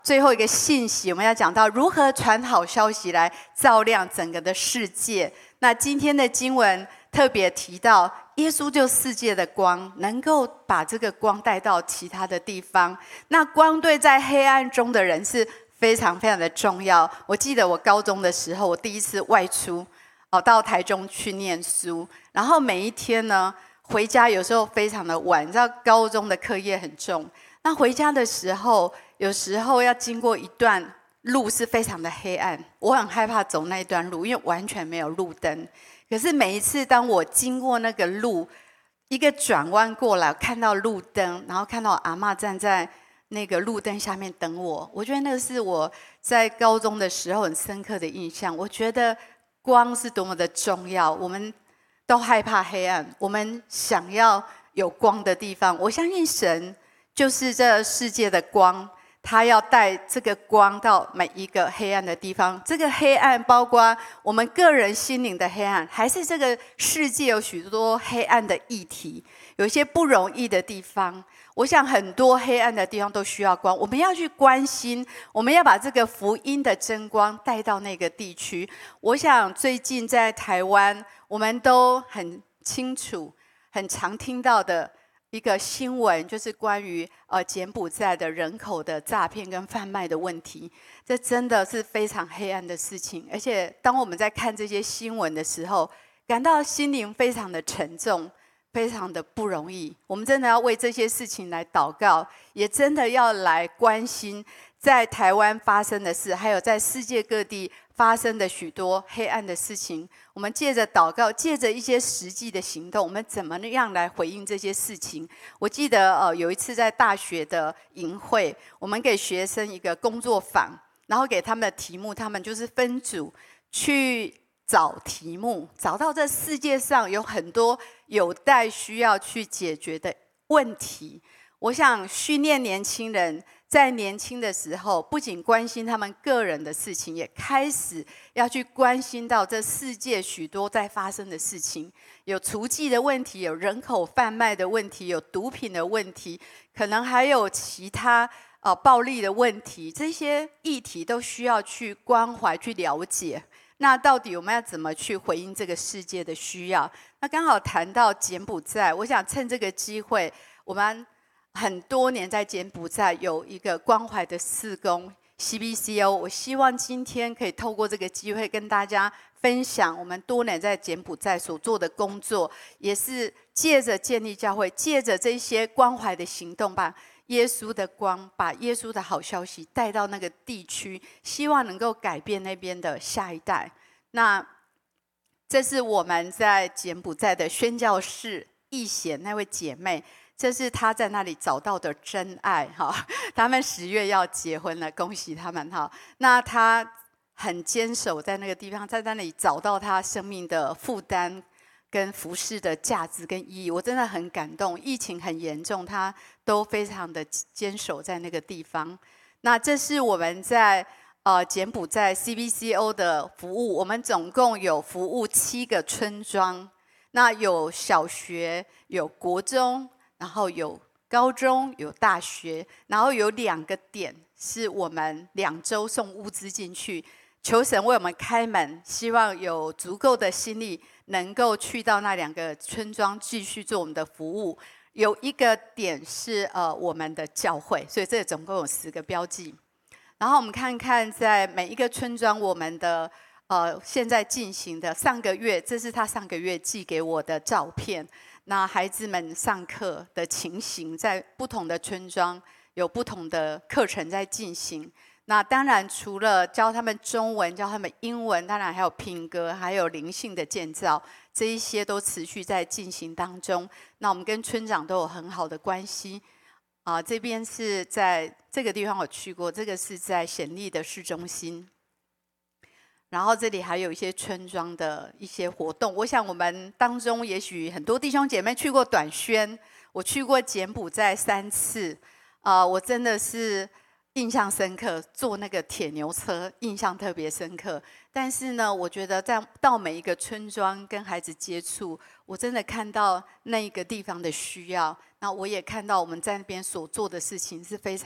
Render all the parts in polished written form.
最后一个信息，我们要讲到如何传好消息来照亮整个的世界。那今天的经文特别提到，耶稣就世界的光，能够把这个光带到其他的地方。那光对在黑暗中的人是非常非常的重要。我记得我高中的时候，我第一次外出，到台中去念书，然后每一天呢，回家有时候非常的晚，你知道高中的课业很重。那回家的时候，有时候要经过一段路是非常的黑暗，我很害怕走那一段路，因为完全没有路灯。可是每一次当我经过那个路，一个转弯过来，看到路灯，然后看到阿嬷站在那个路灯下面等我，我觉得那个是我在高中的时候很深刻的印象。我觉得光是多么的重要，我们都害怕黑暗，我们想要有光的地方。我相信神就是这世界的光，他要带这个光到每一个黑暗的地方。这个黑暗包括我们个人心灵的黑暗，还是这个世界有许多黑暗的议题，有一些不容易的地方。我想很多黑暗的地方都需要光，我们要去关心，我们要把这个福音的真光带到那个地区。我想最近在台湾，我们都很清楚、很常听到的一个新闻，就是关于柬埔寨的人口的诈骗跟贩卖的问题。这真的是非常黑暗的事情，而且当我们在看这些新闻的时候，感到心灵非常的沉重，非常的不容易。我们真的要为这些事情来祷告，也真的要来关心在台湾发生的事，还有在世界各地发生的许多黑暗的事情。我们借着祷告，借着一些实际的行动，我们怎么样来回应这些事情？我记得有一次在大学的营会，我们给学生一个工作坊，然后给他们的题目，他们就是分组去找题目，找到这世界上有很多有待需要去解决的问题。我想训练年轻人在年轻的时候，不仅关心他们个人的事情，也开始要去关心到这世界许多在发生的事情，有雏妓的问题，有人口贩卖的问题，有毒品的问题，可能还有其他暴力的问题。这些议题都需要去关怀、去了解。那到底我们要怎么去回应这个世界的需要？那刚好谈到柬埔寨，我想趁这个机会，我们很多年在柬埔寨有一个关怀的事工 CBCO， 我希望今天可以透过这个机会跟大家分享我们多年在柬埔寨所做的工作，也是借着建立教会，借着这些关怀的行动，把耶稣的光，把耶稣的好消息带到那个地区，希望能够改变那边的下一代。那这是我们在柬埔寨的宣教士易贤那位姐妹，这是她在那里找到的真爱哈。他们10月要结婚了，恭喜他们哈。那她很坚守在那个地方，在那里找到她生命的负担跟服事的价值跟意义，我真的很感动。疫情很严重，她都非常的坚守在那个地方。那这是我们在柬埔寨 CBCO 的服务，我们总共有服务7个村庄，那有小学，有国中，然后有高中，有大学，然后有2个点是我们2周送物资进去，求神为我们开门，希望有足够的心力能够去到那2个村庄继续做我们的服务。有1个点是我们的教会，所以这总共有10个标记。然后我们看看在每一个村庄，我们的现在进行的上个月，这是他上个月寄给我的照片。那孩子们上课的情形，在不同的村庄有不同的课程在进行。那当然除了教他们中文，教他们英文，当然还有品格，还有灵性的建造，这一些都持续在进行当中。那我们跟村长都有很好的关系。这边是在这个地方我去过，这个是在显利的市中心。然后这里还有一些村庄的一些活动。我想我们当中也许很多弟兄姐妹去过短宣，我去过柬埔寨3次，我真的是印象深刻，坐那个铁牛车印象特别深刻。但是呢，我觉得到每一个村庄跟孩子接触，我真的看到那一个地方的需要，那我也看到我们在那边所做的事情是非常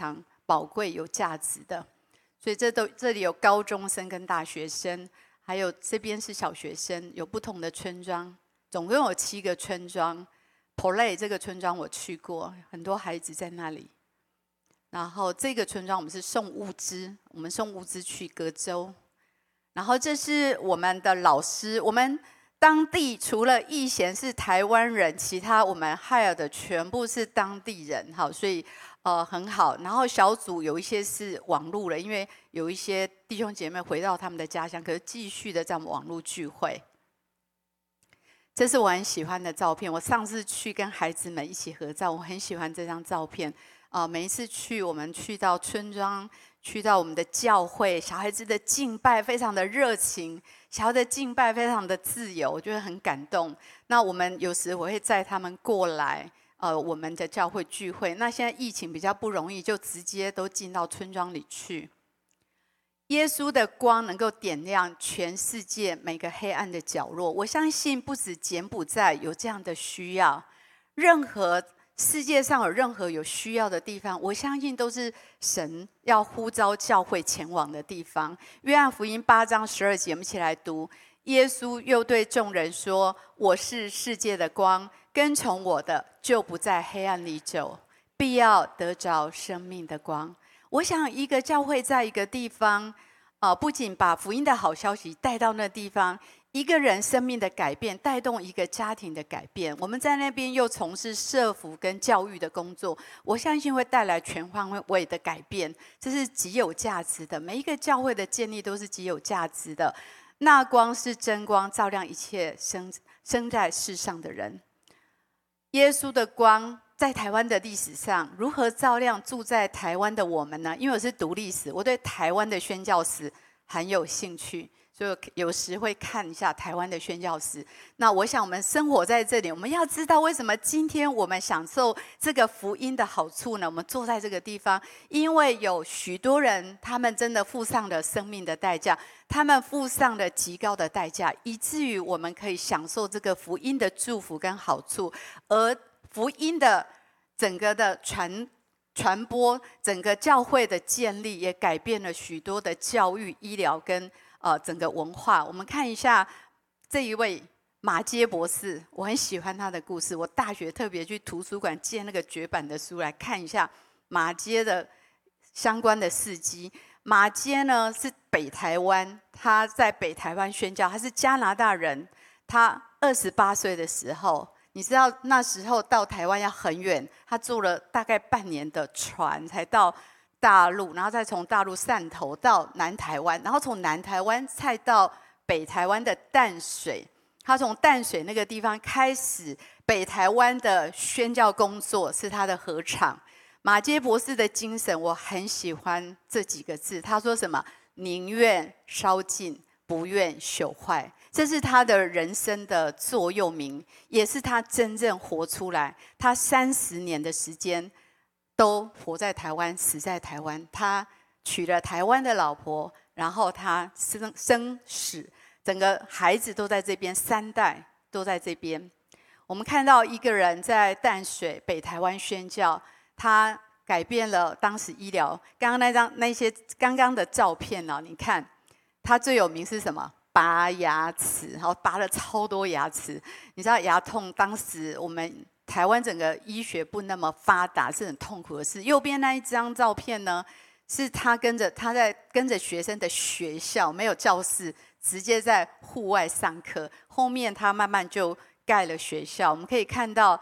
宝贵、有价值的。所以这里有高中生跟大学生，还有这边是小学生，有不同的村庄，总共有7个村庄。Polay 这个村庄我去过，很多孩子在那里。然后这个村庄我们是送物资，我们送物资去隔州。然后这是我们的老师，我们当地除了义贤是台湾人，其他我们 hire 的全部是当地人，好，所以很好。然后小组有一些是网路了，因为有一些弟兄姐妹回到他们的家乡，可是继续的在我们网路聚会。这是我很喜欢的照片，我上次去跟孩子们一起合照，我很喜欢这张照片。每一次去，我们去到村庄，去到我们的教会，小孩子的敬拜非常的热情，小孩的敬拜非常的自由，我觉得很感动。那我们有时我会载他们过来，我们的教会聚会。那现在疫情比较不容易，就直接都进到村庄里去。耶稣的光能够点亮全世界每个黑暗的角落。我相信不止柬埔寨有这样的需要，任何世界上有任何有需要的地方，我相信都是神要呼召教会前往的地方。约翰福音8章12节，我们一起来读。耶稣又对众人说：“我是世界的光，跟从我的，就不在黑暗里走，必要得着生命的光。”我想，一个教会在一个地方，不仅把福音的好消息带到那地方，一个人生命的改变带动一个家庭的改变。我们在那边又从事社福跟教育的工作，我相信会带来全方位的改变，这是极有价值的。每一个教会的建立都是极有价值的。那光是真光，照亮一切生在世上的人。耶稣的光在台湾的历史上如何照亮住在台湾的我们呢？因为我是读历史，我对台湾的宣教史很有兴趣，所以有时会看一下台湾的宣教史。那我想我们生活在这里，我们要知道为什么今天我们享受这个福音的好处呢？我们坐在这个地方，因为有许多人，他们真的付上了生命的代价，他们付上了极高的代价，以至于我们可以享受这个福音的祝福跟好处。而福音的整个的传播，整个教会的建立，也改变了许多的教育、医疗跟整个文化。我们看一下这一位马偕博士，我很喜欢他的故事。我大学特别去图书馆借那个绝版的书来看一下马偕的相关的事迹。马偕呢是北台湾，他在北台湾宣教，他是加拿大人。他28岁的时候，你知道那时候到台湾要很远，他坐了大概半年的船才到大陆，然后再从大陆汕头到南台湾，然后从南台湾再到北台湾的淡水。他从淡水那个地方开始北台湾的宣教工作，是他的禾场。马偕博士的精神我很喜欢这几个字，他说什么？宁愿烧尽，不愿朽坏。这是他的人生的座右铭，也是他真正活出来。他30年的时间都活在台湾，死在台湾。他娶了台湾的老婆，然后他生死，整个孩子都在这边，3代都在这边。我们看到一个人在淡水北台湾宣教，他改变了当时医疗。刚刚那些刚刚的照片呢，你看他最有名是什么？拔牙齿，然后拔了超多牙齿。你知道牙痛，当时我们台湾整个医学不那么发达，是很痛苦的事。右边那一张照片呢，是他在跟着学生的学校，没有教室，直接在户外上课。后面他慢慢就盖了学校。我们可以看到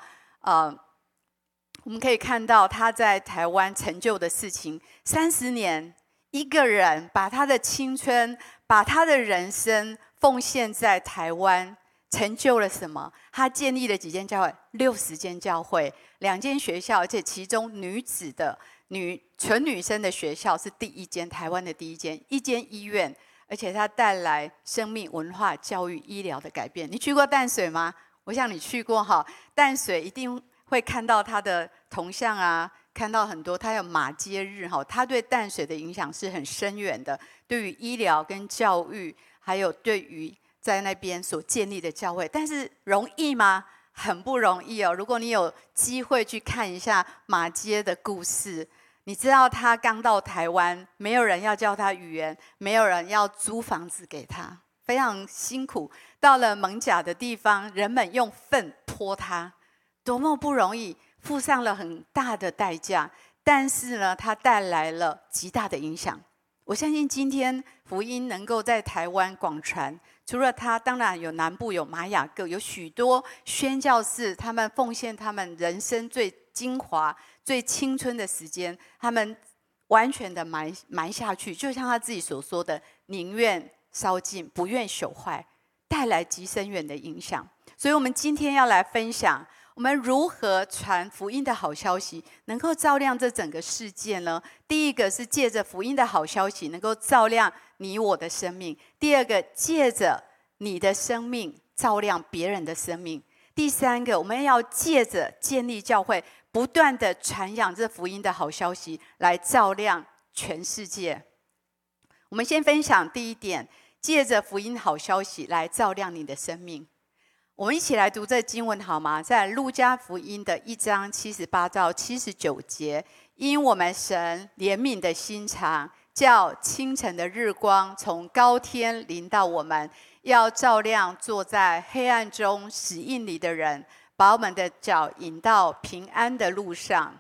他在台湾成就的事情。30年，一个人把他的青春，把他的人生奉献在台湾，成就了什么？他建立了几间教会？60间教会，2间学校，而且其中女子的纯女生的学校是第1间，台湾的第1间，1间医院，而且他带来生命、文化、教育、医疗的改变。你去过淡水吗？我想你去过哈，淡水一定会看到他的铜像啊。看到很多，他有马偕日哈，他对淡水的影响是很深远的，对于医疗跟教育，还有对于在那边所建立的教会。但是容易吗？很不容易哦。如果你有机会去看一下马偕的故事， 你知道他刚到台湾，没有人要教他语言，没有人要租房子给他，非常辛苦。到了蒙甲的地方，人们用粪泼他，多么不容易，付上了很大的代价。但是呢，他带来了极大的影响。我相信今天福音能够在台湾广传，除了他，当然有南部有玛雅各，有许多宣教士，他们奉献他们人生最精华、最青春的时间，他们完全的埋下去，就像他自己所说的，宁愿烧尽，不愿朽坏，带来极深远的影响。所以我们今天要来分享，我们如何传福音的好消息，能够照亮这整个世界呢？第一个是借着福音的好消息，能够照亮你我的生命；第二个，借着你的生命照亮别人的生命；第三个，我们要借着建立教会，不断的传扬这福音的好消息，来照亮全世界。我们先分享第一点，借着福音好消息来照亮你的生命。我们一起来读这经文好吗？在路加福音的1章78到79节，因我们神怜悯的心肠，叫清晨的日光从高天临到我们，要照亮坐在黑暗中死荫里的人，把我们的脚引到平安的路上。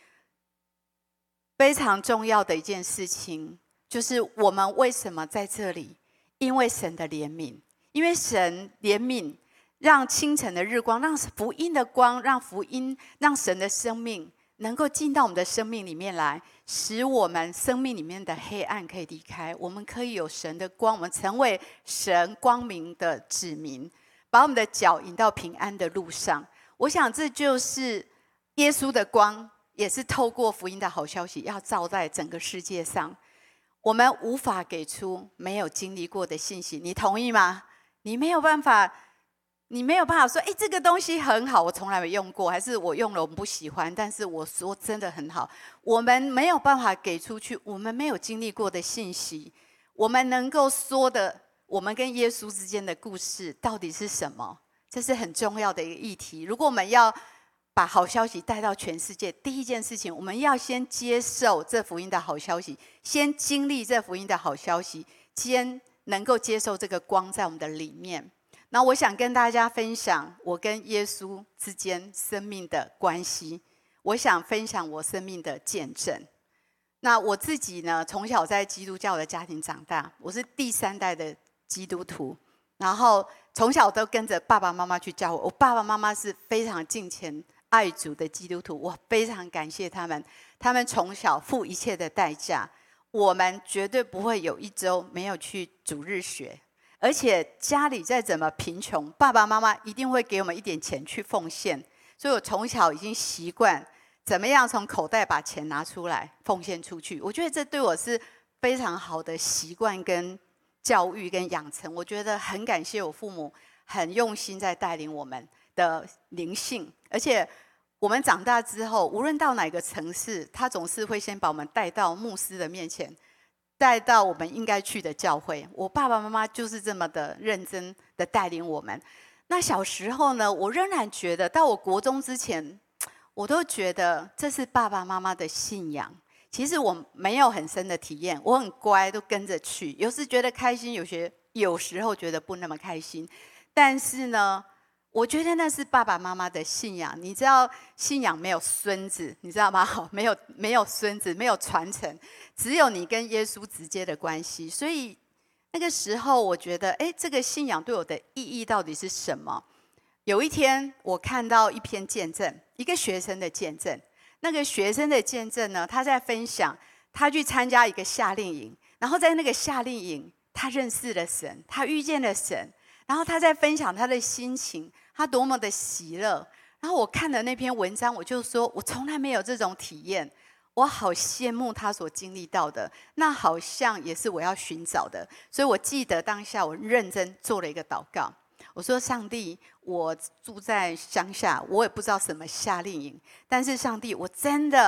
非常重要的一件事情，就是我们为什么在这里？因为神的怜悯，因为神怜悯，让清晨的日光，让福音的光，让福音，让神的生命能够进到我们的生命里面来，使我们生命里面的黑暗可以离开，我们可以有神的光，我们成为神光明的子民，把我们的脚引到平安的路上。我想这就是耶稣的光，也是透过福音的好消息要照在整个世界上。我们无法给出没有经历过的信息，你同意吗？你没有办法说，这个东西很好，我从来没用过，还是我用了我不喜欢，但是我说真的很好。我们没有办法给出去我们没有经历过的信息。我们能够说的，我们跟耶稣之间的故事到底是什么？这是很重要的一个议题。如果我们要把好消息带到全世界，第一件事情，我们要先接受这福音的好消息，先经历这福音的好消息，先能够接受这个光在我们的里面。那我想跟大家分享我跟耶稣之间生命的关系，我想分享我生命的见证。那我自己呢，从小在基督教的家庭长大，我是第3代的基督徒，然后从小都跟着爸爸妈妈去教会。我爸爸妈妈是非常敬虔爱主的基督徒，我非常感谢他们，他们从小付一切的代价，我们绝对不会有一周没有去主日学。而且家里再怎么贫穷，爸爸妈妈一定会给我们一点钱去奉献，所以我从小已经习惯怎么样从口袋把钱拿出来奉献出去。我觉得这对我是非常好的习惯跟教育跟养成。我觉得很感谢我父母很用心在带领我们的灵性，而且我们长大之后，无论到哪个城市，他总是会先把我们带到牧师的面前，带到我们应该去的教会。我爸爸妈妈就是这么的认真的带领我们。那小时候呢，我仍然觉得，到我国中之前，我都觉得这是爸爸妈妈的信仰。其实我没有很深的体验，我很乖，都跟着去。有时觉得开心，有时候觉得不那么开心。但是呢，我觉得那是爸爸妈妈的信仰。你知道，信仰没有孙子，你知道吗？没有孙子，没有传承，只有你跟耶稣直接的关系。所以那个时候，我觉得，这个信仰对我的意义到底是什么？有一天，我看到一篇见证，一个学生的见证。那个学生的见证呢，他在分享他去参加一个夏令营，然后在那个夏令营，他认识了神，他遇见了神。然后他在分享他的心情，他多么的喜乐。然后我看了那篇文章，我就说，我从来没有这种体验，我好羡慕他所经历到的，那好像也是我要寻找的。所以我记得当下我认真做了一个祷告，我说，上帝，我住在乡下，我也不知道什么夏令营，但是上帝，我真的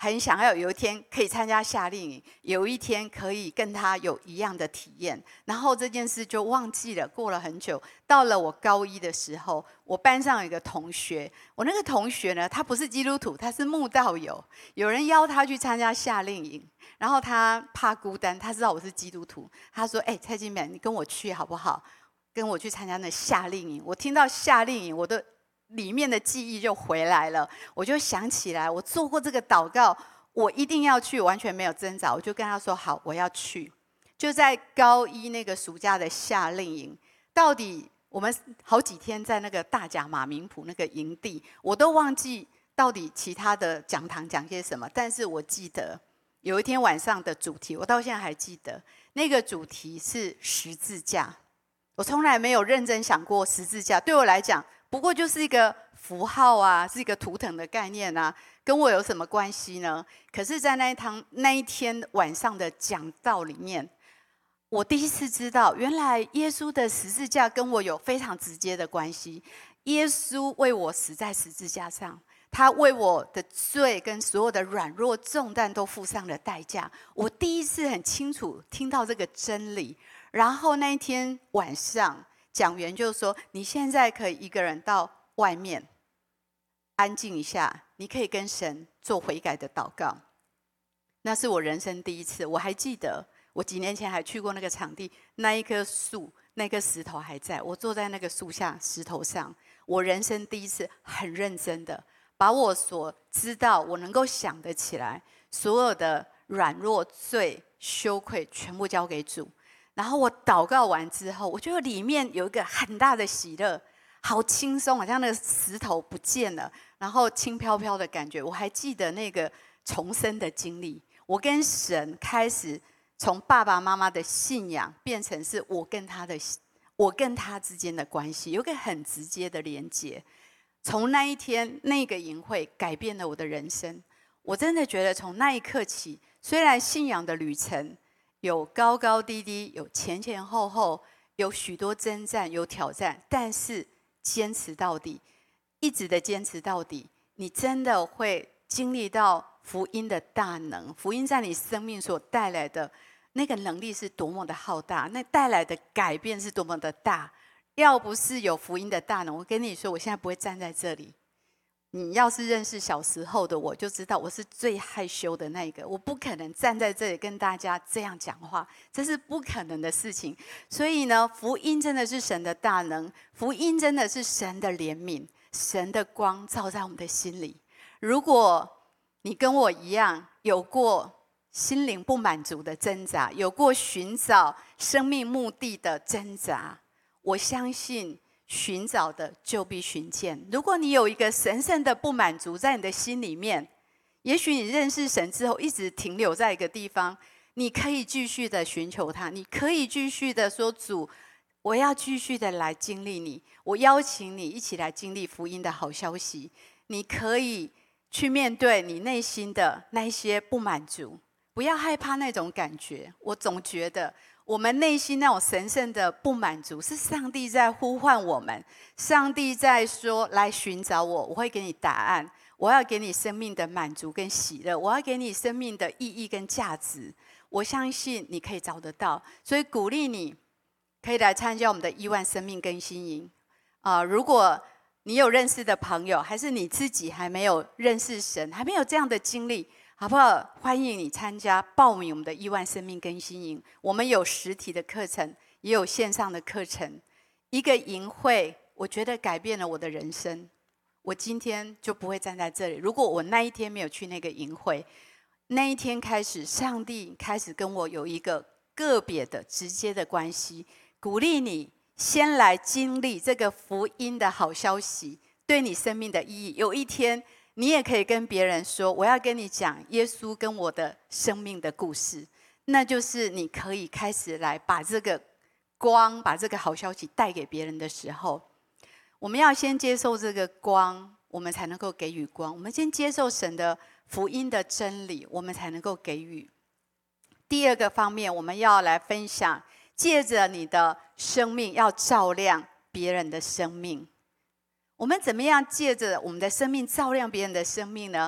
很想要有一天可以参加夏令营，有一天可以跟他有一样的体验。然后这件事就忘记了，过了很久。到了我高一的时候，我班上有一个同学，我那个同学呢，他不是基督徒，他是慕道友。有人邀他去参加夏令营，然后他怕孤单，他知道我是基督徒，他说：“蔡金美，你跟我去好不好？跟我去参加那夏令营。”我听到夏令营，我的里面的记忆就回来了，我就想起来，我做过这个祷告，我一定要去，完全没有挣扎，我就跟他说：“好，我要去。”就在高一那个暑假的夏令营，到底我们好几天在那个大甲马鸣埔那个营地，我都忘记到底其他的讲堂讲些什么，但是我记得有一天晚上的主题，我到现在还记得，那个主题是十字架。我从来没有认真想过十字架，对我来讲，不过就是一个符号啊，是一个图腾的概念啊，跟我有什么关系呢？可是，在那一天晚上的讲道里面，我第一次知道，原来耶稣的十字架跟我有非常直接的关系。耶稣为我死在十字架上，他为我的罪跟所有的软弱重担都付上了代价。我第一次很清楚听到这个真理。然后那一天晚上，讲员就说：“你现在可以一个人到外面安静一下，你可以跟神做悔改的祷告。”那是我人生第一次，我还记得，我几年前还去过那个场地，那一棵树、那个石头还在，我坐在那个树下石头上，我人生第一次很认真的把我所知道、我能够想得起来所有的软弱、罪、羞愧，全部交给主。然后我祷告完之后，我觉得里面有一个很大的喜乐，好轻松，好像那个石头不见了，然后轻飘飘的感觉。我还记得那个重生的经历，我跟神开始从爸爸妈妈的信仰变成是我跟他之间的关系，有个很直接的连结。从那一天那个营会改变了我的人生。我真的觉得从那一刻起，虽然信仰的旅程有高高低低，有前前后后，有许多征战，有挑战，但是坚持到底，一直的坚持到底，你真的会经历到福音的大能。福音在你生命所带来的那个能力是多么的浩大，那带来的改变是多么的大。要不是有福音的大能，我跟你说，我现在不会站在这里。你要是认识小时候的我，就知道我是最害羞的那一个，我不可能站在这里跟大家这样讲话，这是不可能的事情。所以呢，福音真的是神的大能，福音真的是神的怜悯，神的光照在我们的心里。如果你跟我一样有过心灵不满足的挣扎，有过寻找生命目的的挣扎，我相信寻找的就必寻见。如果你有一个神圣的不满足在你的心里面，也许你认识神之后一直停留在一个地方，你可以继续的寻求他，你可以继续的说：“主，我要继续的来经历你。”我邀请你一起来经历福音的好消息。你可以去面对你内心的那些不满足，不要害怕那种感觉。我总觉得我们内心那种神圣的不满足，是上帝在呼唤我们，上帝在说：“来寻找我，我会给你答案。我要给你生命的满足跟喜乐，我要给你生命的意义跟价值。”我相信你可以找得到，所以鼓励你可以来参加我们的亿万生命更新营。如果你有认识的朋友，还是你自己还没有认识神，还没有这样的经历，好不好？欢迎你参加报名我们的亿万生命更新营。我们有实体的课程，也有线上的课程。一个营会，我觉得改变了我的人生。我今天就不会站在这里。如果我那一天没有去那个营会，那一天开始，上帝开始跟我有一个个别的、直接的关系。鼓励你先来经历这个福音的好消息，对你生命的意义。有一天，你也可以跟别人说：“我要跟你讲耶稣跟我的生命的故事。”那就是你可以开始来把这个光、把这个好消息带给别人的时候，我们要先接受这个光，我们才能够给予光。我们先接受神的福音的真理，我们才能够给予。第二个方面，我们要来分享，借着你的生命要照亮别人的生命。我们怎么样借着我们的生命照亮别人的生命呢？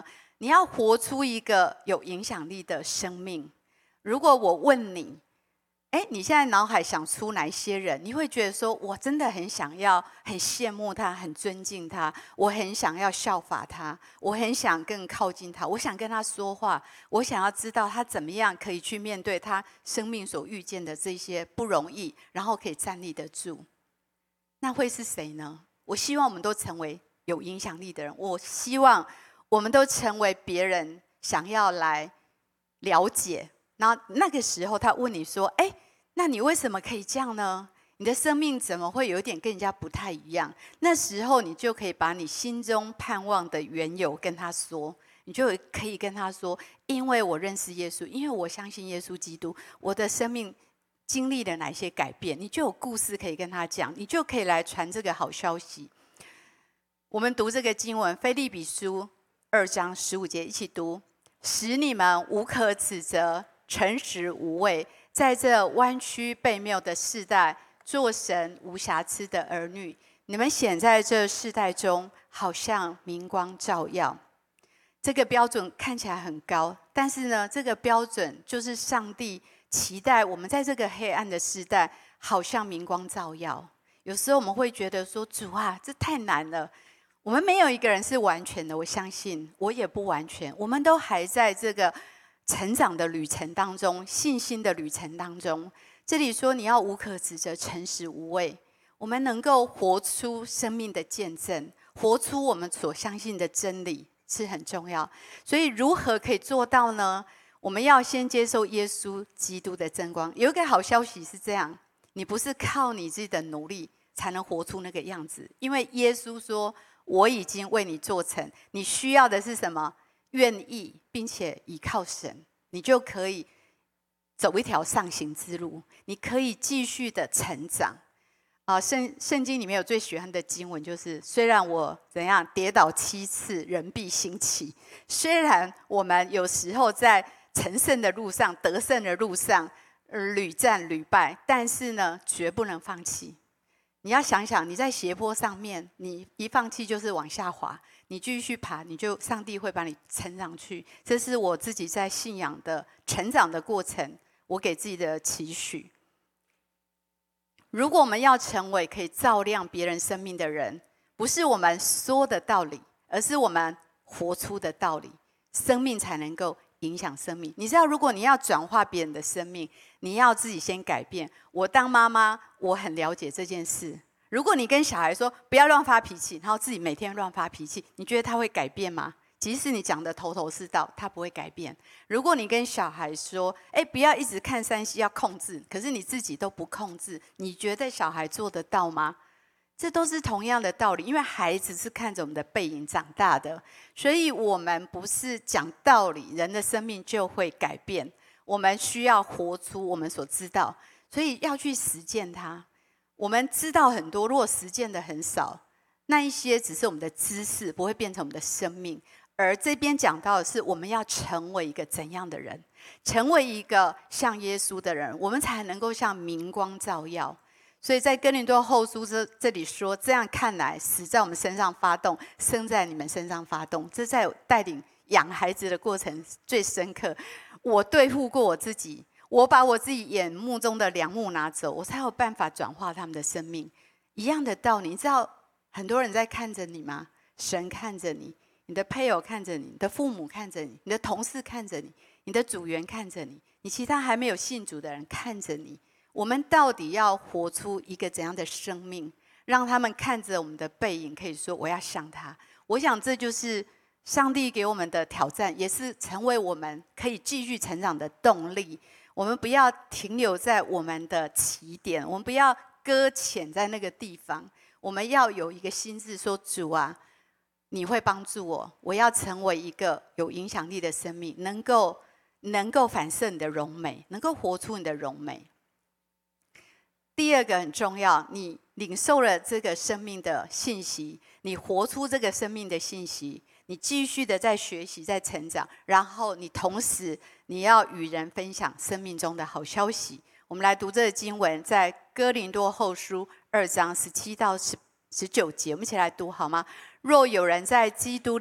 你要活出一个有影响力的生命。如果我问你，你现在脑海想出哪一些人？你会觉得说，我真的很想要，很羡慕他，很尊敬他，我很想要效法他，我很想更靠近他，我想跟他说话，我想要知道他怎么样可以去面对他生命所遇见的这些不容易，然后可以站立得住。那会是谁呢？我希望我们都成为有影响力的人，我希望我们都成为别人想要来了解。然后那个时候他问你说，那你为什么可以这样呢？你的生命怎么会有点跟人家不太一样？那时候你就可以把你心中盼望的缘由跟他说，你就可以跟他说，因为我认识耶稣，因为我相信耶稣基督，我的生命经历了哪些改变，你就有故事可以跟他讲，你就可以来传这个好消息。我们读这个经文，腓立比书2章15节，一起读：使你们无可指责，诚实无畏，在这弯曲悖谬的世代，做神无瑕疵的儿女。你们显在这世代中，好像明光照耀。这个标准看起来很高，但是呢，这个标准就是上帝期待我们在这个黑暗的时代，好像明光照耀。有时候我们会觉得说，主啊，这太难了。我们没有一个人是完全的，我相信我也不完全，我们都还在这个成长的旅程当中，信心的旅程当中。这里说你要无可指责，诚实无畏，我们能够活出生命的见证，活出我们所相信的真理是很重要。所以如何可以做到呢？我们要先接受耶稣基督的真光。有一个好消息是这样，你不是靠你自己的努力才能活出那个样子，因为耶稣说，我已经为你做成。你需要的是什么？愿意并且依靠神，你就可以走一条上行之路，你可以继续的成长。圣经里面有最喜欢的经文，就是虽然我怎样跌倒7次，人必兴起。虽然我们有时候在成圣的路上、得胜的路上屡战屡败，但是呢，绝不能放弃。你要想想，你在斜坡上面，你一放弃就是往下滑。你继续爬，上帝会把你撑上去。这是我自己在信仰的成长的过程，我给自己的期许。如果我们要成为可以照亮别人生命的人，不是我们说的道理，而是我们活出的道理，生命才能够影响生命。你知道，如果你要转化别人的生命，你要自己先改变。我当妈妈，我很了解这件事。如果你跟小孩说不要乱发脾气，然后自己每天乱发脾气，你觉得他会改变吗？即使你讲的头头是道，他不会改变。如果你跟小孩说，不要一直看3C，要控制，可是你自己都不控制，你觉得小孩做得到吗？这都是同样的道理，因为孩子是看着我们的背影长大的，所以我们不是讲道理，人的生命就会改变。我们需要活出我们所知道，所以要去实践它。我们知道很多，如果实践的很少，那一些只是我们的知识，不会变成我们的生命。而这边讲到的是，我们要成为一个怎样的人？成为一个像耶稣的人，我们才能够像明光照耀。所以在哥林多后书这里说，这样看来，死在我们身上发动，生在你们身上发动。这在带领养孩子的过程最深刻。我对付过我自己，我把我自己眼目中的梁木拿走，我才有办法转化他们的生命。一样的道理，你知道很多人在看着你吗？神看着你，你的配偶看着你，你的父母看着你，你的同事看着你，你的组员看着你，你其他还没有信主的人看着你。我们到底要活出一个怎样的生命，让他们看着我们的背影，可以说我要像他。我想这就是上帝给我们的挑战，也是成为我们可以继续成长的动力。我们不要停留在我们的起点，我们不要搁浅在那个地方。我们要有一个心志说，主啊，你会帮助我，我要成为一个有影响力的生命，能够反射你的荣美，能够活出你的荣美。第二个很重要，你领受了这个生命的信息，你活出这个生命的信息，你继续的在学习，在成长，然后你同时你要与人分享生命中的好消息。我们来读这个经文，在哥林多后书2章17到19节，我们一起来读好吗？若有人在基督里，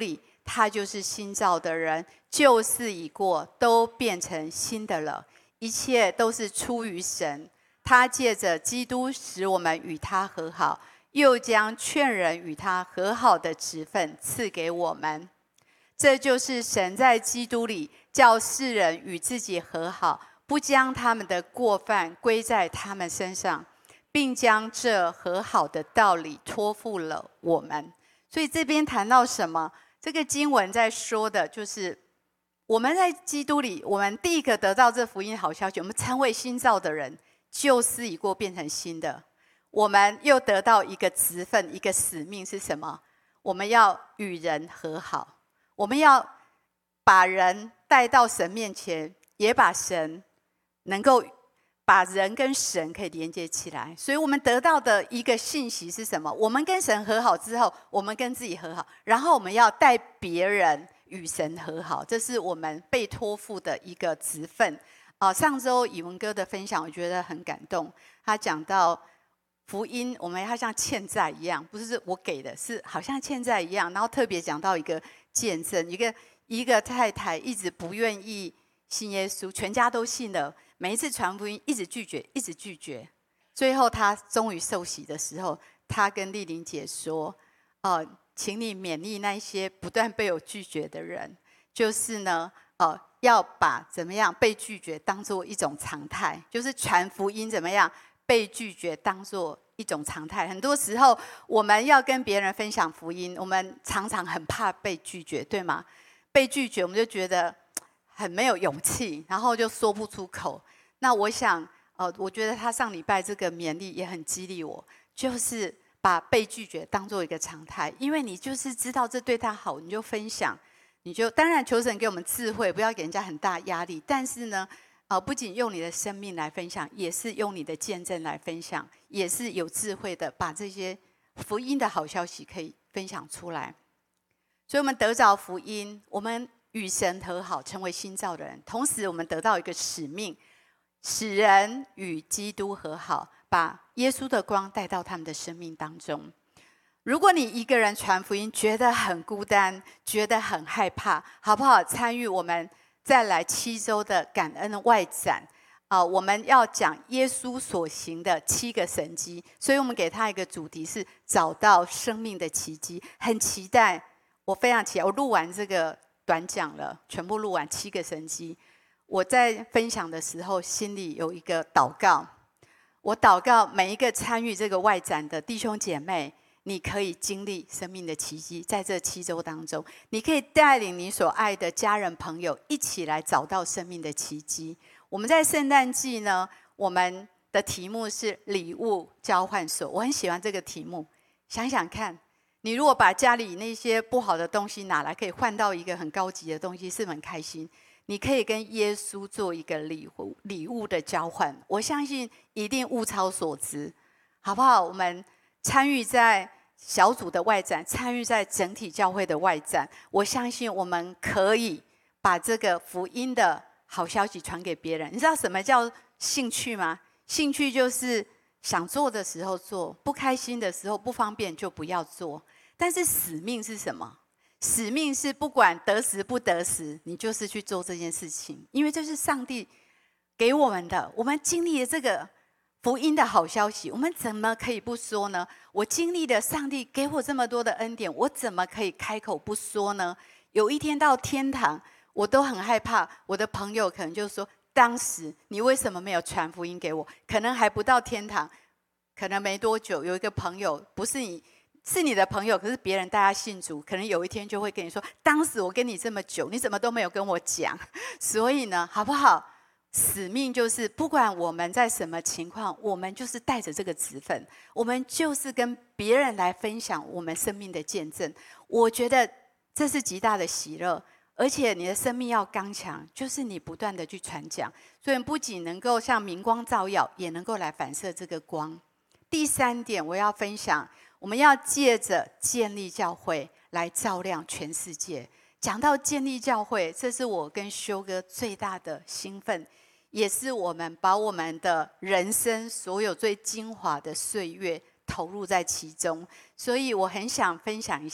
他就是新造的人，旧事已过，都变成新的了。一切都是出于神，他借着基督使我们与他和好，又将劝人与他和好的职分赐给我们。这就是神在基督里叫世人与自己和好，不将他们的过犯归在他们身上，并将这和好的道理托付了我们。所以这边谈到什么？这个经文在说的就是我们在基督里，我们第一个得到这福音好消息，我们成为新造的人，旧事已过，变成新的。我们又得到一个职分，一个使命是什么？我们要与人和好，我们要把人带到神面前，也把神能够把人跟神可以连接起来。所以我们得到的一个信息是什么？我们跟神和好之后，我们跟自己和好，然后我们要带别人与神和好，这是我们被托付的一个职分。上周以文哥的分享，我觉得很感动。他讲到福音，我们要像欠债一样，不是我给的，是好像欠债一样。然后特别讲到一个见证，一个太太一直不愿意信耶稣，全家都信了，每一次传福音一直拒绝，一直拒绝。最后他终于受洗的时候，他跟丽玲姐说：“请你勉励那些不断被我拒绝的人，就是呢，要把怎么样被拒绝当作一种常态，就是传福音怎么样被拒绝当作一种常态。很多时候我们要跟别人分享福音，我们常常很怕被拒绝，对吗？被拒绝我们就觉得很没有勇气，然后就说不出口。那我想，我觉得他上礼拜这个勉励也很激励我，就是把被拒绝当作一个常态，因为你就是知道这对他好，你就分享，你就当然求神给我们智慧，不要给人家很大压力。但是呢，不仅用你的生命来分享，也是用你的见证来分享，也是有智慧的把这些福音的好消息可以分享出来。所以我们得着福音，我们与神和好，成为新造的人。同时我们得到一个使命，使人与基督和好，把耶稣的光带到他们的生命当中。如果你一个人传福音觉得很孤单，觉得很害怕，好不好参与我们再来7周的感恩外展？我们要讲耶稣所行的7个神迹，所以我们给他一个主题是找到生命的奇迹。很期待，我非常期待。我录完这个短讲了，全部录完7个神迹。我在分享的时候，心里有一个祷告，我祷告每一个参与这个外展的弟兄姐妹，你可以经历生命的奇迹。在这7周当中，你可以带领你所爱的家人朋友一起来找到生命的奇迹。我们在圣诞季呢，我们的题目是礼物交换所。我很喜欢这个题目。想想看，你如果把家里那些不好的东西拿来，可以换到一个很高级的东西，是很开心。你可以跟耶稣做一个礼物的交换，我相信一定物超所值，好不好？我们参与在小组的外展，参与在整体教会的外展，我相信我们可以把这个福音的好消息传给别人。你知道什么叫兴趣吗？兴趣就是想做的时候做，不开心的时候不方便就不要做。但是使命是什么？使命是不管得时不得时，你就是去做这件事情，因为这是上帝给我们的。我们经历了这个福音的好消息，我们怎么可以不说呢？我经历了上帝给我这么多的恩典，我怎么可以开口不说呢？有一天到天堂，我都很害怕，我的朋友可能就说：当时你为什么没有传福音给我？可能还不到天堂，可能没多久，有一个朋友不是你。是你的朋友，可是别人带他信主，可能有一天就会跟你说：当时我跟你这么久，你怎么都没有跟我讲？所以呢，好不好？使命就是不管我们在什么情况，我们就是带着这个职分，我们就是跟别人来分享我们生命的见证。我觉得这是极大的喜乐，而且你的生命要刚强，就是你不断的去传讲，所以不仅能够像明光照耀，也能够来反射这个光。第3点，我要分享。我们要借着建立教会来照亮全世界。讲到建立教会，这是我跟修哥最大的兴奋，也是我们把我们的人生所有最精华的岁月投入在其中。所以我很想分享一下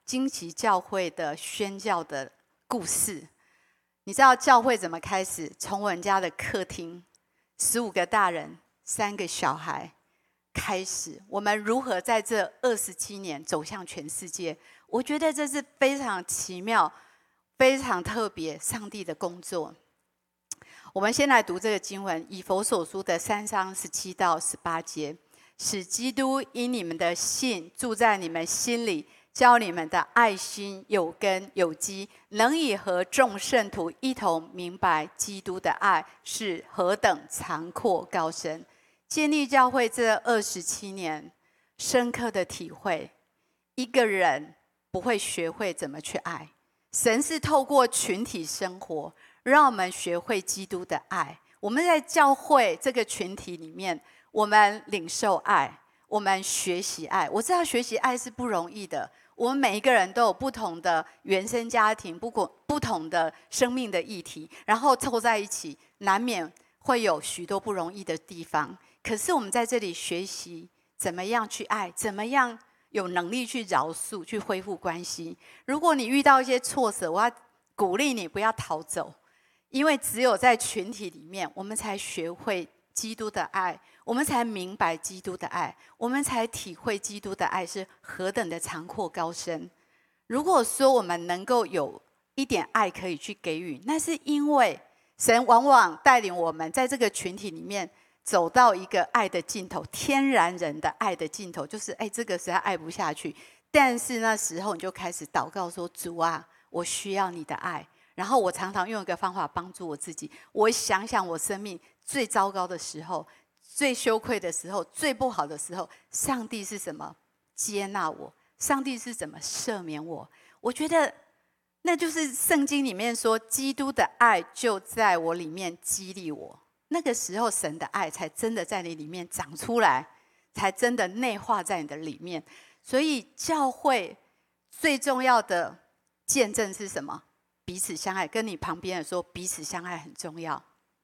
惊奇教会的宣教的故事。你知道教会怎么开始？从我们家的客厅，15个大人，3个小孩开始。我们如何在这27年走向全世界？我觉得这是非常奇妙、非常特别，上帝的工作。我们先来读这个经文，以弗所书的3章17到18节，使基督因你们的信住在你们心里，教你们的爱心有根有基，能以和众圣徒一同明白基督的爱是何等长阔高深。建立教会这27年，深刻的体会，一个人不会学会怎么去爱，神是透过群体生活让我们学会基督的爱。我们在教会这个群体里面，我们领受爱，我们学习爱。我知道学习爱是不容易的，我们每一个人都有不同的原生家庭，不同的生命的议题，然后凑在一起，难免会有许多不容易的地方。可是我们在这里学习怎么样去爱，怎么样有能力去饶恕，去恢复关系。如果你遇到一些挫折，我要鼓励你不要逃走，因为只有在群体里面，我们才学会基督的爱，我们才明白基督的爱，我们才体会基督的爱是何等的长阔高深。如果说我们能够有一点爱可以去给予，那是因为神往往带领我们在这个群体里面走到一个爱的尽头，天然人的爱的尽头，就是这个实在爱不下去。但是那时候你就开始祷告说，主啊，我需要你的爱。然后我常常用一个方法帮助我自己，我想想我生命最糟糕的时候，最羞愧的时候，最不好的时候，上帝是怎么接纳我，上帝是怎么赦免我。我觉得那就是圣经里面说，基督的爱就在我里面激励我。那个时候神的爱才真的在你里面长出来，才真的内化在你的里面。所以教会最重要的见证是什么？彼此相爱。跟你旁边人说，彼此相爱很重要。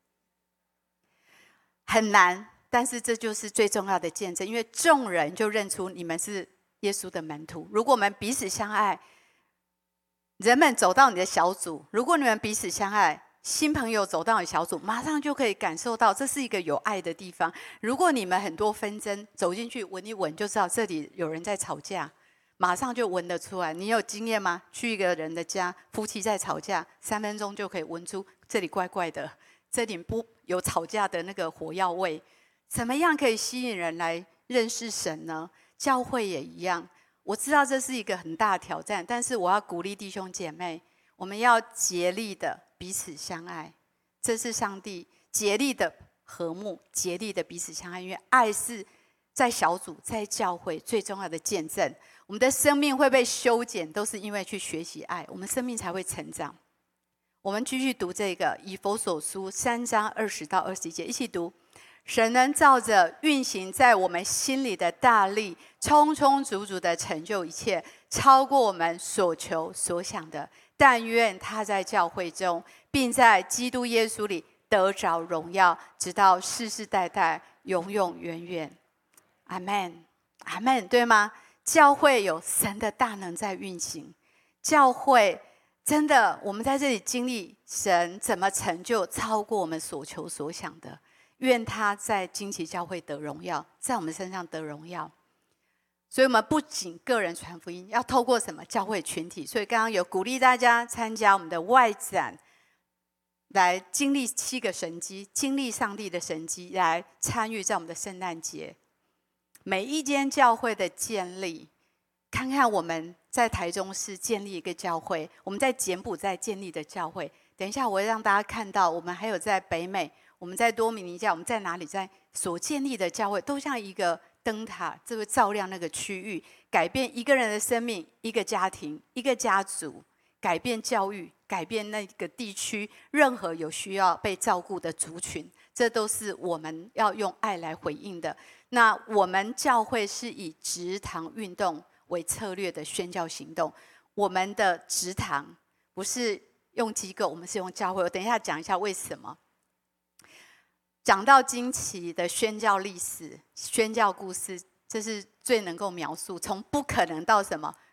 很难，但是这就是最重要的见证，因为众人就认出你们是耶稣的门徒。如果我们彼此相爱，人们走到你的小组，如果你们彼此相爱，新朋友走到你小组，马上就可以感受到这是一个有爱的地方。如果你们很多纷争，走进去闻一闻就知道这里有人在吵架，马上就闻得出来。你有经验吗？去一个人的家，夫妻在吵架，3分钟就可以闻出这里怪怪的，这里不有吵架的那个火药味。怎么样可以吸引人来认识神呢？教会也一样。我知道这是一个很大的挑战，但是我要鼓励弟兄姐妹，我们要竭力的彼此相爱。这是上帝竭力的和睦，竭力的彼此相爱，因为爱是在小组在教会最重要的见证。我们的生命会被修剪，都是因为去学习爱，我们生命才会成长。我们继续读这个以弗所书3章20到21节，一起读。神能照着运行在我们心里的大力，充充足足的成就一切，超过我们所求所想的。但愿他在教会中，并在基督耶稣里得着荣耀，直到世世代代，永永远远。阿们，阿们，对吗？教会有神的大能在运行，教会真的，我们在这里经历神怎么成就超过我们所求所想的。愿他在惊奇教会得荣耀，在我们身上得荣耀。所以我们不仅个人传福音，要透过什么？教会群体。所以刚刚有鼓励大家参加我们的外展，来经历7个神迹，经历上帝的神迹，来参与在我们的圣诞节。每一间教会的建立，看看我们在台中市建立一个教会，我们在柬埔寨建立的教会。等一下我会让大家看到，我们还有在北美，我们在多米尼加，我们在哪里，在所建立的教会都像一个灯塔，这会照亮那个区域，改变一个人的生命，一个家庭，一个家族，改变教育，改变那个地区任何有需要被照顾的族群，这都是我们要用爱来回应的。那我们教会是以植堂运动为策略的宣教行动，我们的植堂不是用机构，我们是用教会。我等一下讲一下为什么。讲到惊奇的宣教历史、宣教故事，这是最能够描述从不可能到什么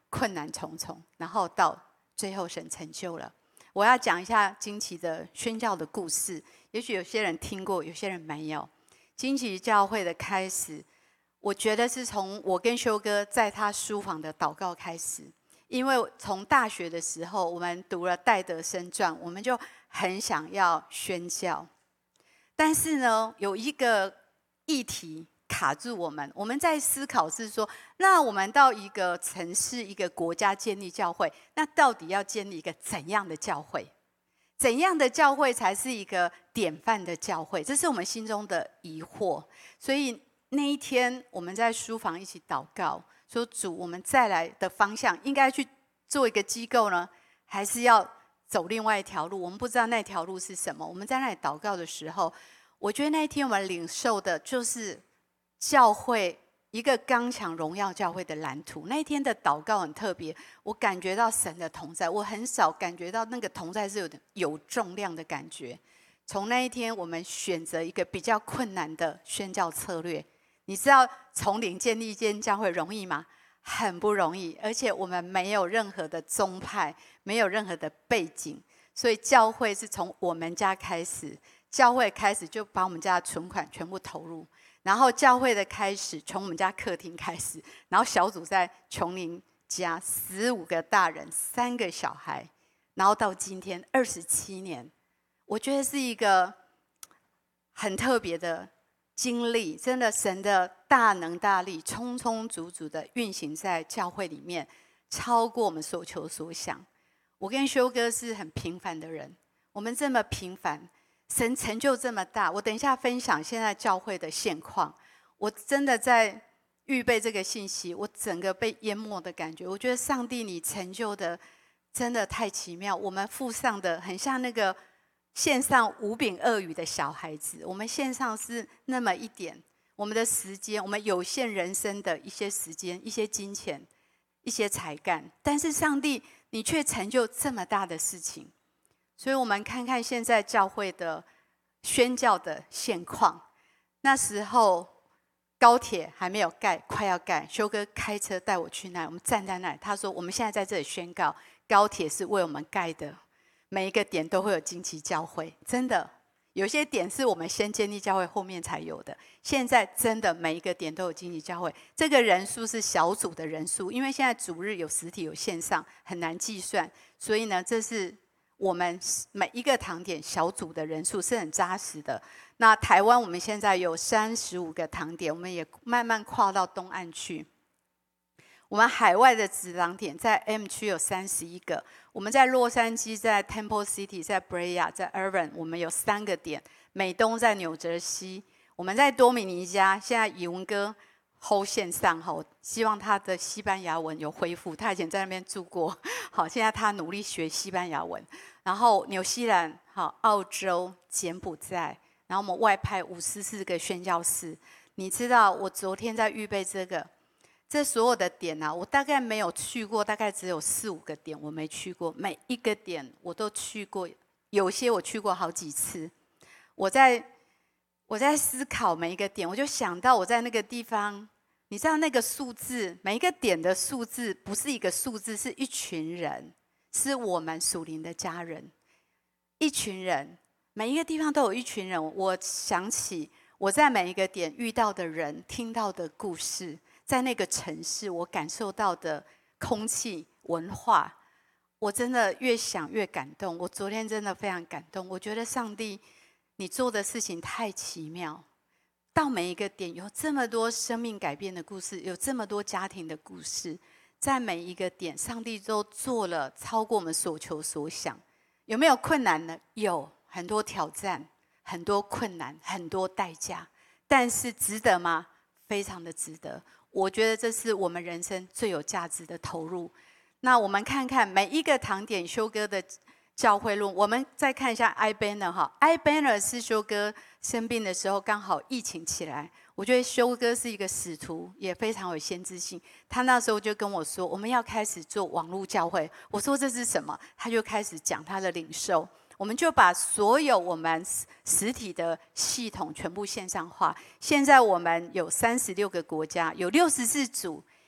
困难重重，然后到最后神成就了。我要讲一下惊奇的宣教的故事，也许有些人听过，有些人没有。惊奇教会的开始，我觉得是从我跟修哥在他书房的祷告开始。因为从大学的时候，我们读了戴德生传，我们就很想要宣教，但是呢，有一个议题卡住我们。我们在思考是说，那我们到一个城市、一个国家建立教会，那到底要建立一个怎样的教会？怎样的教会才是一个典范的教会？这是我们心中的疑惑。所以那一天，我们在书房一起祷告，说：“主，我们再来的方向应该去做一个机构呢，还是要走另外一条路？我们不知道那条路是什么。”我们在那里祷告的时候，我觉得那一天我们领受的就是教会一个刚强荣耀教会的蓝图。那一天的祷告很特别，我感觉到神的同在，我很少感觉到那个同在是有重量的感觉。从那一天，我们选择一个比较困难的宣教策略。你知道从零建立一间教会容易吗？很不容易，而且我们没有任何的宗派，没有任何的背景，所以教会是从我们家开始。教会开始就把我们家的存款全部投入，然后教会的开始从我们家客厅开始，然后小组在琼林家15个大人3个小孩，然后到今天27年，我觉得是一个很特别的经历。真的，神的大能大力充充足足的运行在教会里面，超过我们所求所想。我跟修哥是很平凡的人，我们这么平凡，神成就这么大。我等一下分享现在教会的现况。我真的在预备这个信息，我整个被淹没的感觉。我觉得上帝你成就的真的太奇妙。我们附上的很像那个献上5饼2鱼的小孩子，我们献上是那么一点，我们的时间，我们有限人生的一些时间、一些金钱、一些才干，但是上帝你却成就这么大的事情。所以我们看看现在教会的宣教的现况。那时候高铁还没有盖，快要盖，修哥开车带我去那里，我们站在那里，他说：“我们现在在这里宣告，高铁是为我们盖的，每一个点都会有惊奇教会。”真的，有些点是我们先建立教会，后面才有的。现在真的每一个点都有惊奇教会。这个人数是小组的人数，因为现在主日有实体有线上，很难计算，所以呢，这是我们每一个堂点小组的人数是很扎实的。那台湾我们现在有35个堂点，我们也慢慢跨到东岸去。我们海外的子堂点在 M 区有31个，我们在洛杉矶、在 Temple City、在 Brea、在 Irvine， 我们有3个点。美东在纽泽西，我们在多米尼加，现在以文哥 hold 线上，希望他的西班牙文有恢复，他以前在那边住过，好，现在他努力学西班牙文。然后纽西兰、澳洲、柬埔寨，然后我们外派54个宣教士。你知道我昨天在预备这所有的点啊，我大概没有去过，大概只有4、5个点我没去过，每一个点我都去过，有些我去过好几次。我在思考每一个点，我就想到我在那个地方，你知道那个数字，每一个点的数字不是一个数字，是一群人，是我们属灵的家人，一群人，每一个地方都有一群人。我想起我在每一个点遇到的人，听到的故事，在那个城市我感受到的空气文化，我真的越想越感动。我昨天真的非常感动，我觉得上帝你做的事情太奇妙，到每一个点有这么多生命改变的故事，有这么多家庭的故事，在每一个点上帝都做了超过我们所求所想。有没有困难呢？有，很多挑战，很多困难，很多代价，但是值得吗？非常的值得。我觉得这是我们人生最有价值的投入。那我们看看每一个堂点修哥的教会论，我们再看一下 iBanner。iBanner 是修哥生病的时候刚好疫情起来，我觉得修哥是一个使徒，也非常有先知性。他那时候就跟我说，我们要开始做网络教会。我说这是什么？他就开始讲他的领受。我们就把所有我们实体的系统全部线上化。现在我们有36个国家，有64组，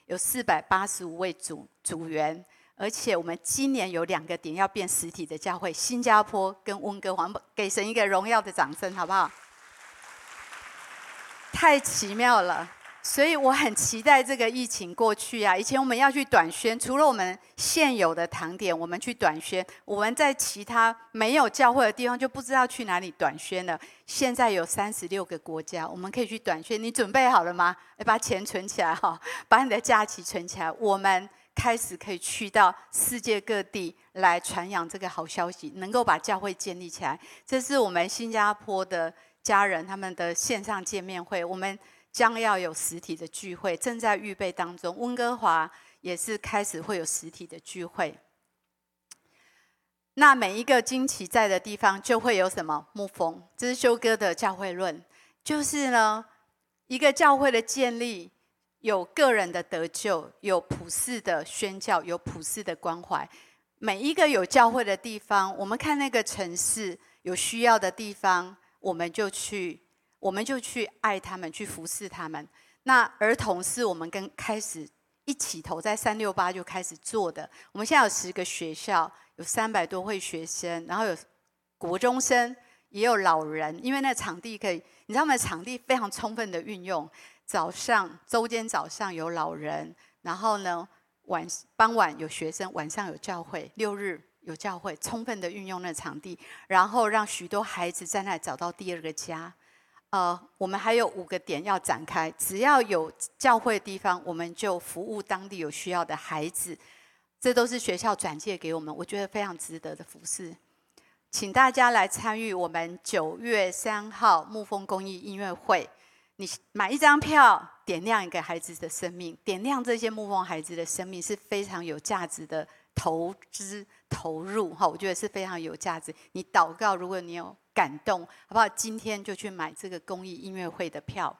有485位组员，而且我们今年有2个点要变实体的教会，新加坡跟温哥华，给神一个荣耀的掌声，好不好？太奇妙了。所以我很期待这个疫情过去啊！以前我们要去短宣，除了我们现有的堂点，我们去短宣，我们在其他没有教会的地方就不知道去哪里短宣了。现在有36个国家，我们可以去短宣。你准备好了吗？把钱存起来哈，把你的假期存起来。我们开始可以去到世界各地来传扬这个好消息，能够把教会建立起来。这是我们新加坡的家人他们的线上见面会，我们将要有实体的聚会，正在预备当中。温哥华也是开始会有实体的聚会。那每一个惊奇在的地方，就会有什么牧风？这是修哥的教会论，就是呢，一个教会的建立，有个人的得救，有普世的宣教，有普世的关怀。每一个有教会的地方，我们看那个城市有需要的地方，我们就去爱他们，去服侍他们。那儿童是我们开始一起头在368就开始做的。我们现在有10个学校，有300多位学生，然后有国中生，也有老人。因为那场地可以，你知道吗？场地非常充分的运用。周间早上有老人，然后呢傍晚有学生，晚上有教会，6日有教会，充分的运用那场地，然后让许多孩子在那里找到第2个家。我们还有5个点要展开，只要有教会的地方，我们就服务当地有需要的孩子。这都是学校转介给我们，我觉得非常值得的服事。请大家来参与我们9月3号牧风公益音乐会。你买1张票，点亮一个孩子的生命，点亮这些牧风孩子的生命，是非常有价值的投资投入。我觉得是非常有价值。你祷告，如果你有感动，好不好？今天就去买这个公益音乐会的票。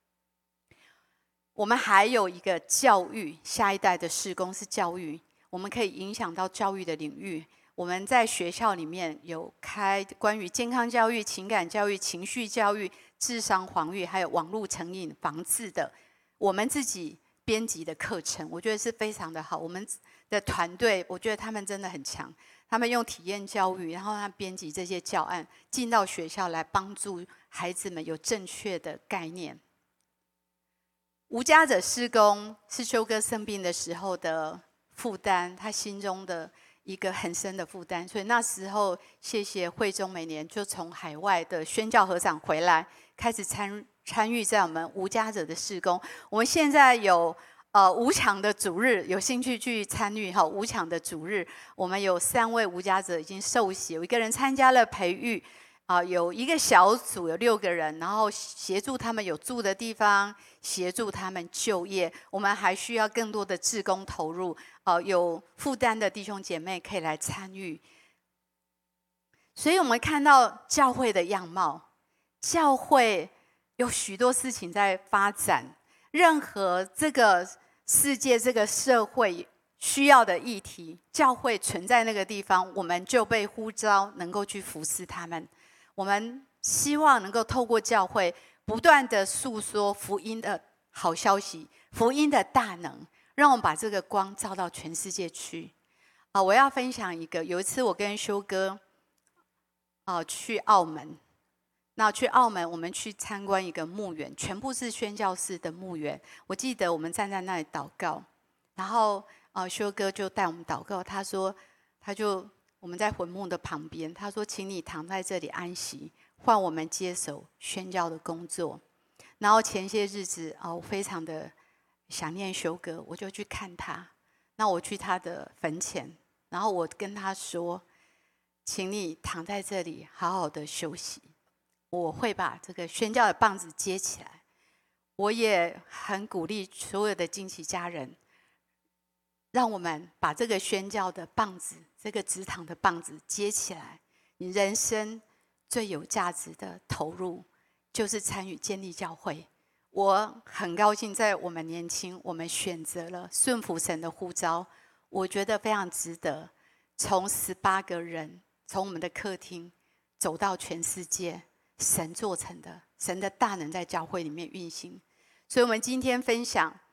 我们还有一个教育，下一代的事工是教育，我们可以影响到教育的领域。我们在学校里面有开关于健康教育、情感教育、情绪教育、智商防御，还有网络成瘾防治的，我们自己编辑的课程，我觉得是非常的好。我们的团队，我觉得他们真的很强。他们用体验教育，然后他编辑这些教案，进到学校来帮助孩子们有正确的概念。无家者事工是修哥生病的时候的负担，他心中的一个很深的负担，所以那时候谢谢慧中每年就从海外的宣教合长回来，开始参与在我们无家者的事工。我们现在有无墙的主日，有兴趣去参与哈？无墙的主日，我们有3位无家者已经受洗，有1个人参加了培育，有一个小组有6个人，然后协助他们有住的地方，协助他们就业。我们还需要更多的志工投入，有负担的弟兄姐妹可以来参与。所以我们看到教会的样貌，教会有许多事情在发展。任何这个世界、这个社会需要的议题，教会存在那个地方，我们就被呼召能够去服侍他们。我们希望能够透过教会，不断的诉说福音的好消息，福音的大能，让我们把这个光照到全世界去。我要分享一个，有一次我跟修哥去澳门。那去澳门，我们去参观一个墓园，全部是宣教士的墓园。我记得我们站在那里祷告，然后修哥就带我们祷告。他说，我们在坟墓的旁边，他说：“请你躺在这里安息，换我们接手宣教的工作。”然后前些日子我非常的想念修哥，我就去看他。那我去他的坟前，然后我跟他说：“请你躺在这里，好好的休息。我会把这个宣教的棒子接起来。”我也很鼓励所有的惊奇家人，让我们把这个宣教的棒子，这个职场的棒子接起来。你人生最有价值的投入，就是参与建立教会。我很高兴，在我们年轻，我们选择了顺服神的呼召，我觉得非常值得。从18个人，从我们的客厅走到全世界。神做成的，神的大能在教会里面运行。所以我们今天分享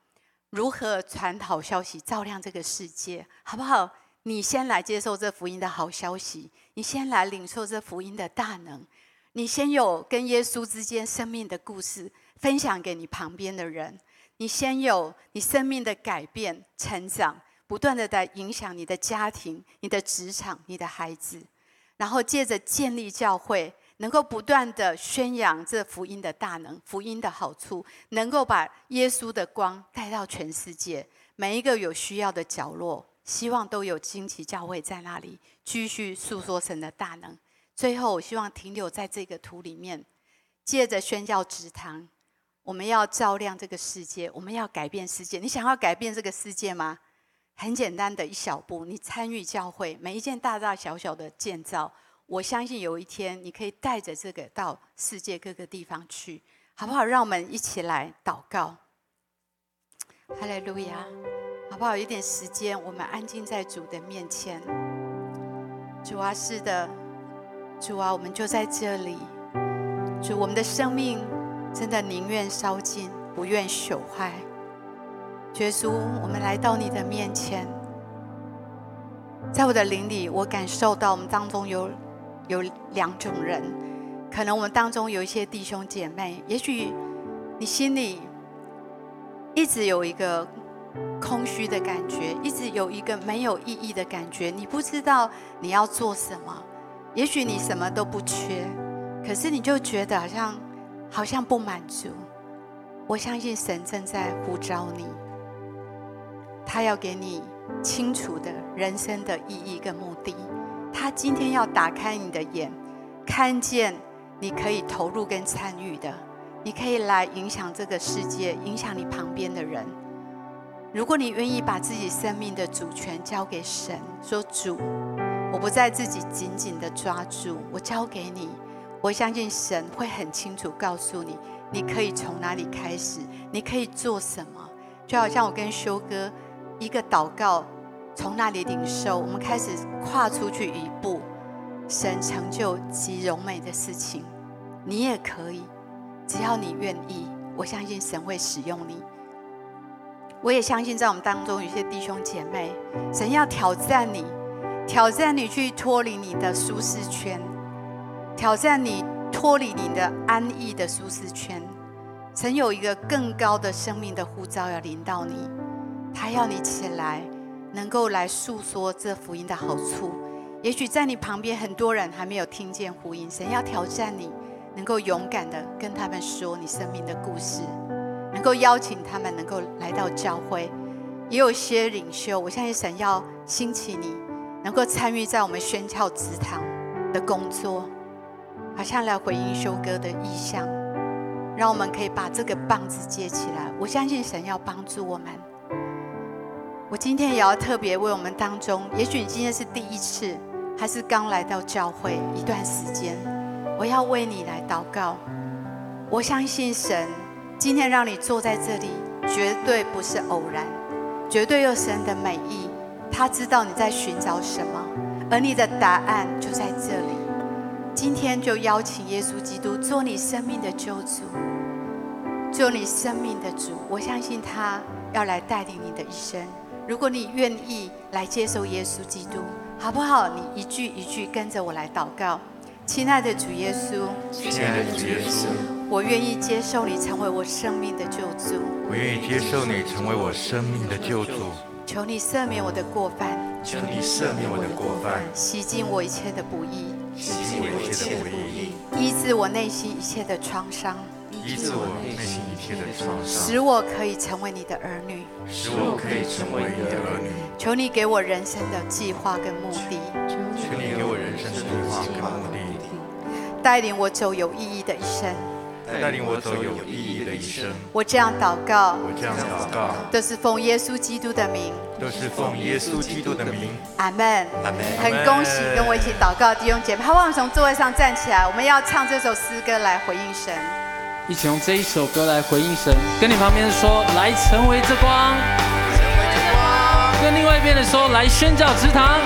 如何传好消息，照亮这个世界，好不好？你先来接受这福音的好消息，你先来领受这福音的大能，你先有跟耶稣之间生命的故事分享给你旁边的人，你先有你生命的改变成长，不断的在影响你的家庭、你的职场、你的孩子，然后借着建立教会，能够不断的宣扬这福音的大能、福音的好处，能够把耶稣的光带到全世界每一个有需要的角落，希望都有惊奇教会在那里继续诉说神的大能。最后我希望停留在这个图里面，借着宣教职堂，我们要照亮这个世界，我们要改变世界。你想要改变这个世界吗？很简单的一小步，你参与教会每一件大大小小的建造，我相信有一天你可以带着这个到世界各个地方去，好不好？让我们一起来祷告。哈利路亚，好不好？有点时间，我们安静在主的面前。主啊，是的，主啊，我们就在这里。主，我们的生命真的宁愿烧尽，不愿朽坏。耶稣，我们来到你的面前，在我的灵里，我感受到我们当中有两种人，可能我们当中有一些弟兄姐妹，也许你心里一直有一个空虚的感觉，一直有一个没有意义的感觉，你不知道你要做什么，也许你什么都不缺，可是你就觉得好像不满足。我相信神正在呼召你，他要给你清楚的人生的意义跟目的。他今天要打开你的眼，看见你可以投入跟参与的，你可以来影响这个世界，影响你旁边的人。如果你愿意把自己生命的主权交给神，说主，我不再自己紧紧的抓住，我交给你。我相信神会很清楚告诉你，你可以从哪里开始，你可以做什么。就好像我跟修哥一个祷告，从那里领受，我们开始跨出去一步，神成就极荣美的事情。你也可以，只要你愿意，我相信神会使用你。我也相信在我们当中有些弟兄姐妹，神要挑战你去脱离你的舒适圈，挑战你脱离你的安逸的舒适圈。神有一个更高的生命的呼召要临到你，他要你起来，能够来诉说这福音的好处。也许在你旁边很多人还没有听见福音，神要挑战你，能够勇敢的跟他们说你生命的故事，能够邀请他们能够来到教会。也有些领袖，我相信神要兴起你，能够参与在我们宣教职堂的工作，好像来回应修哥的意向，让我们可以把这个棒子接起来。我相信神要帮助我们。我今天也要特别为我们当中，也许你今天是第一次，还是刚来到教会一段时间，我要为你来祷告。我相信神今天让你坐在这里，绝对不是偶然，绝对有神的美意。他知道你在寻找什么，而你的答案就在这里。今天就邀请耶稣基督做你生命的救主，做你生命的主。我相信他要来带领你的一生。如果你愿意来接受耶稣基督，好不好？你一句一句跟着我来祷告。亲爱的主耶稣， 亲爱的主耶稣， 我愿意接受你成为我生命的救主， 我愿意接受你成为我生命的救主。 求你赦免我的过犯， 求你赦免我的过犯， 洗净我一切的不义， 洗净我一切的不义， 医治我内心一切的创伤， 医治我内心一切的创伤， 使我可以成为你的儿女， 使我可以成为你的儿女。 求你给我人生的计划跟目的， 求你给我人生的计划跟目的， 带领我走有意义的一生， 带领我走有意义的一生。 我这样祷告， 我这样祷告， 都是奉耶稣基督的名， 都是奉耶稣基督的名。 阿门。 阿门。 很恭喜跟我一起祷告的弟兄姐妹，好不好？我们从座位上站起来，我们要唱这首诗歌来回应神， 一起用这一首歌来回应神。跟你旁边说，来成为这光；跟另外一边的说，来宣教职堂。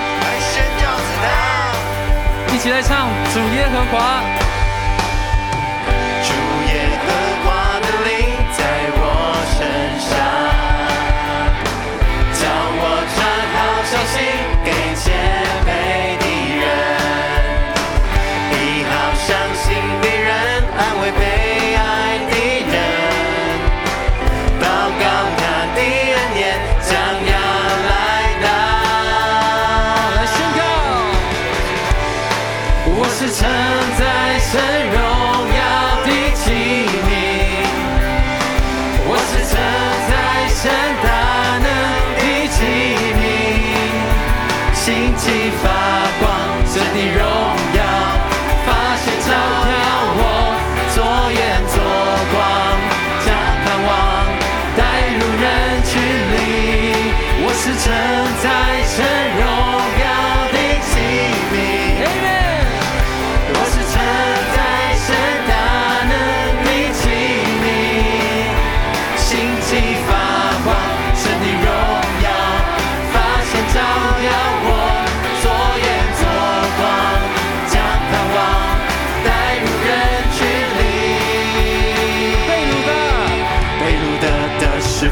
一起来唱主耶和华。 主耶和华的灵在我身上，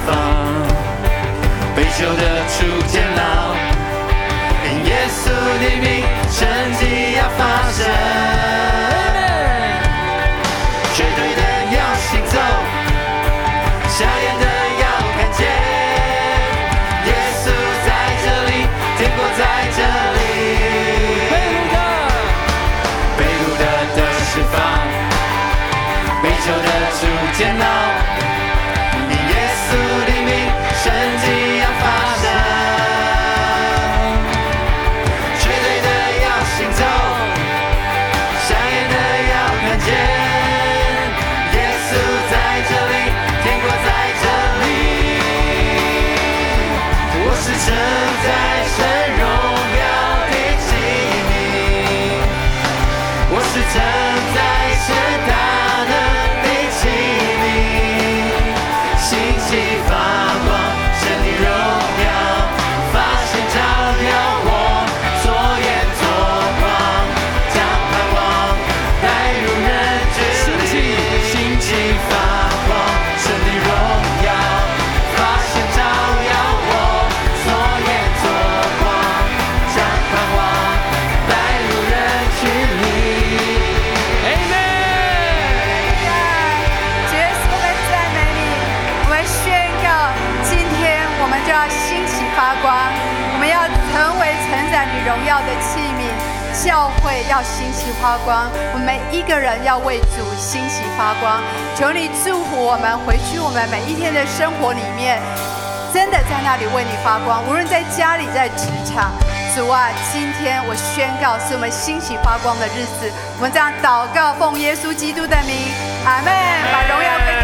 放，被囚的出监牢，因耶稣的名，神迹要发生。瘸腿的要行走，瞎眼的要看见，耶稣在这里，天国在这里。被掳的释放，被囚的出监牢，因耶稣的名，神迹要发生。瘸腿的要行走，瞎眼的要看见，耶稣在这里，天国在这里。我是承载神荣耀的器皿，我是承载神大能的器皿，星气发光，神的荣耀发现照耀我，左眼左光，将盼望带入人群里。星气发光，神的荣耀发现照耀我，左眼左光，将盼望带入人群里。 主耶稣，我们赞美你，我们宣告，今天我们就要兴起发光，我们要成为承载你荣耀的器皿。教会要兴起发光，我们每一个人要为主兴起发光。求你祝福我们，回去我们每一天的生活里面，真的在那里为你发光，无论在家里，在职场。主啊，今天我宣告是我们兴起发光的日子。我们这样祷告，奉耶稣基督的名，阿们。把荣耀归